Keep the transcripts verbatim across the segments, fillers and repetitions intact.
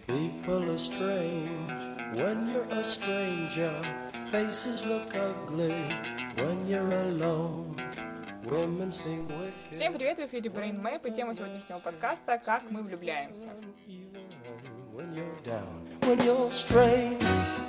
People are strange when you're a stranger. Faces look ugly when you're alone. Women seem wicked. Всем привет, в эфире Brain Map, и тема сегодняшнего подкаста «Как мы влюбляемся». When you're down, when you're strange.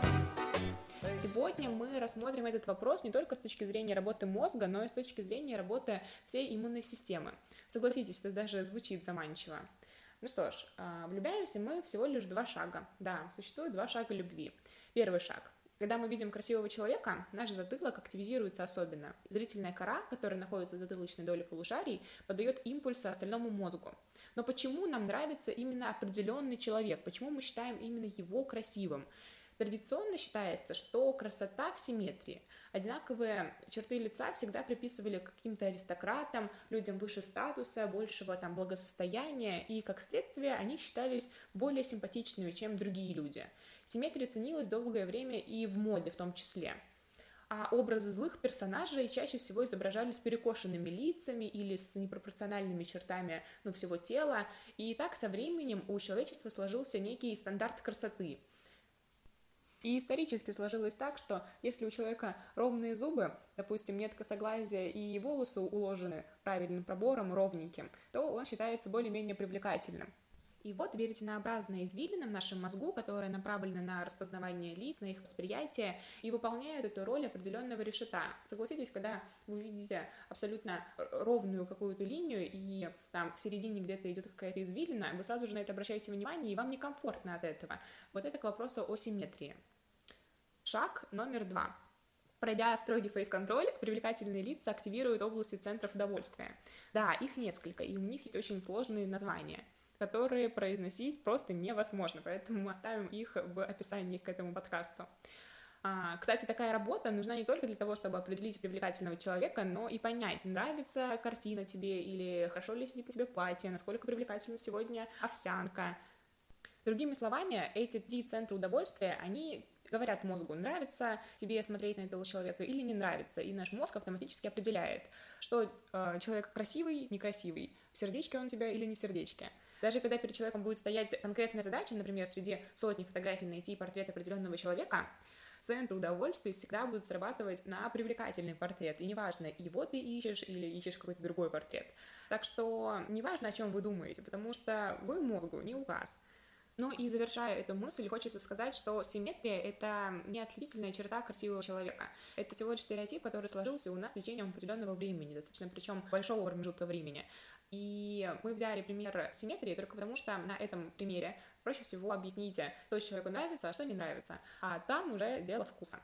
Сегодня мы рассмотрим этот вопрос не только с точки зрения работы мозга, но и с точки зрения работы всей иммунной системы. Согласитесь, это даже звучит заманчиво. Ну что ж, влюбляемся мы всего лишь в два шага. Да, существует два шага любви. Первый шаг. Когда мы видим красивого человека, наш затылок активизируется особенно. Зрительная кора, которая находится в затылочной доле полушарий, подает импульсы остальному мозгу. Но почему нам нравится именно определенный человек? Почему мы считаем именно его красивым? Традиционно считается, что красота в симметрии. Одинаковые черты лица всегда приписывали каким-то аристократам, людям выше статуса, большего там благосостояния, и, как следствие, они считались более симпатичными, чем другие люди. Симметрия ценилась долгое время и в моде в том числе. А образы злых персонажей чаще всего изображали с перекошенными лицами или с непропорциональными чертами, ну, всего тела, и так со временем у человечества сложился некий стандарт красоты. И исторически сложилось так, что если у человека ровные зубы, допустим, нет косоглазия и волосы уложены правильным пробором, ровненьким, то он считается более-менее привлекательным. И вот веретенообразная извилина в нашем мозгу, которая направлена на распознавание лиц, на их восприятие, и выполняет эту роль определенного решета. Согласитесь, когда вы видите абсолютно ровную какую-то линию, и там в середине где-то идет какая-то извилина, вы сразу же на это обращаете внимание, и вам некомфортно от этого. Вот это к вопросу о симметрии. Шаг номер два. Пройдя строгий фейс-контроль, привлекательные лица активируют области центров удовольствия. Да, их несколько, и у них есть очень сложные названия, которые произносить просто невозможно, поэтому мы оставим их в описании к этому подкасту. А, кстати, такая работа нужна не только для того, чтобы определить привлекательного человека, но и понять, нравится картина тебе или хорошо ли сидит на тебе платье, насколько привлекательна сегодня овсянка. Другими словами, эти три центра удовольствия, они говорят мозгу, нравится тебе смотреть на этого человека или не нравится, и наш мозг автоматически определяет, что э, человек красивый, некрасивый, в сердечке он тебя или не в сердечке. Даже когда перед человеком будет стоять конкретная задача, например, среди сотни фотографий найти портрет определенного человека, центры удовольствия всегда будут срабатывать на привлекательный портрет. И неважно, его ты ищешь или ищешь какой-то другой портрет. Так что неважно, о чем вы думаете, потому что вы мозгу не указ. Ну и завершая эту мысль, хочется сказать, что симметрия — это не отличительная черта красивого человека. Это всего лишь стереотип, который сложился у нас с течением определенного времени, достаточно причем большого промежутка времени. И мы взяли пример симметрии только потому, что на этом примере проще всего объяснить, что человеку нравится, а что не нравится, а там уже дело вкуса.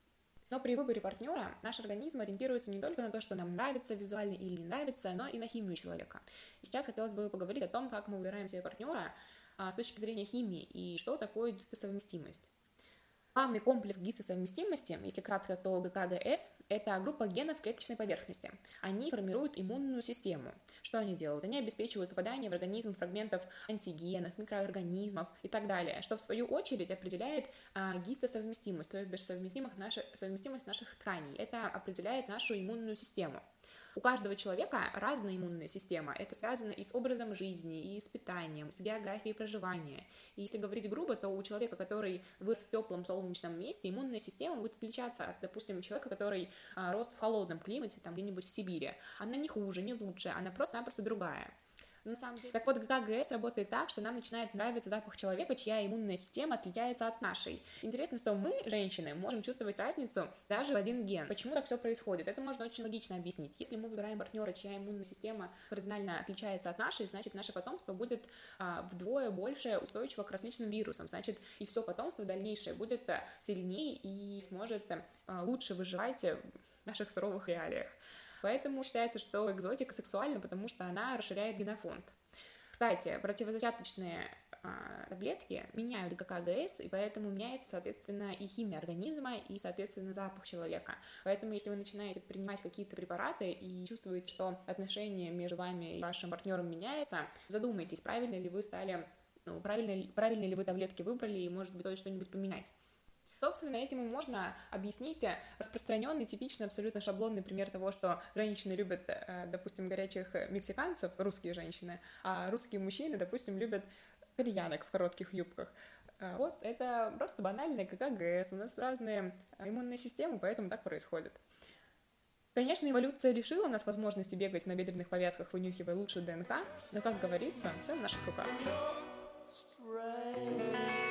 Но при выборе партнера наш организм ориентируется не только на то, что нам нравится визуально или не нравится, но и на химию человека. И сейчас хотелось бы поговорить о том, как мы выбираем себе партнера с точки зрения химии и что такое гистосовместимость. Главный комплекс гистосовместимости, если кратко, то гэ ка гэ эс, это группа генов клеточной поверхности. Они формируют иммунную систему. Что они делают? Они обеспечивают попадание в организм фрагментов антигенов, микроорганизмов и так далее, что в свою очередь определяет а, гистосовместимость, то есть совместимость, наша, совместимость наших тканей. Это определяет нашу иммунную систему. У каждого человека разная иммунная система. Это связано и с образом жизни, и с питанием, с географией проживания. И если говорить грубо, то у человека, который вырос в теплом солнечном месте, иммунная система будет отличаться от, допустим, человека, который а, рос в холодном климате, там где-нибудь в Сибири. Она не хуже, не лучше, она просто-напросто другая. На самом деле. Так вот, гэ ка гэ эс работает так, что нам начинает нравиться запах человека, чья иммунная система отличается от нашей. Интересно, что мы, женщины, можем чувствовать разницу даже в один ген. Почему так все происходит? Это можно очень логично объяснить. Если мы выбираем партнера, чья иммунная система кардинально отличается от нашей, значит, наше потомство будет а, вдвое больше устойчиво к различным вирусам. Значит, и все потомство дальнейшее будет а, сильнее и сможет а, лучше выживать в наших суровых реалиях. Поэтому считается, что экзотика сексуальна, потому что она расширяет генофонд. Кстати, противозачаточные э, таблетки меняют гэ ка гэ эс, и поэтому меняется, соответственно, и химия организма, и, соответственно, запах человека. Поэтому, если вы начинаете принимать какие-то препараты и чувствуете, что отношения между вами и вашим партнером меняются, задумайтесь, правильно ли вы стали, ну, правильно, правильно ли вы таблетки выбрали, и, может быть, стоит что-нибудь поменять. Собственно, этим и можно объяснить распространенный, типичный, абсолютно шаблонный пример того, что женщины любят, допустим, горячих мексиканцев, русские женщины, а русские мужчины, допустим, любят кореянок в коротких юбках. Вот, это просто банальный как АГС, у нас разные иммунные системы, поэтому так происходит. Конечно, эволюция лишила нас возможности бегать на бедренных повязках, вынюхивая лучшую ДНК, но, как говорится, все в наших руках.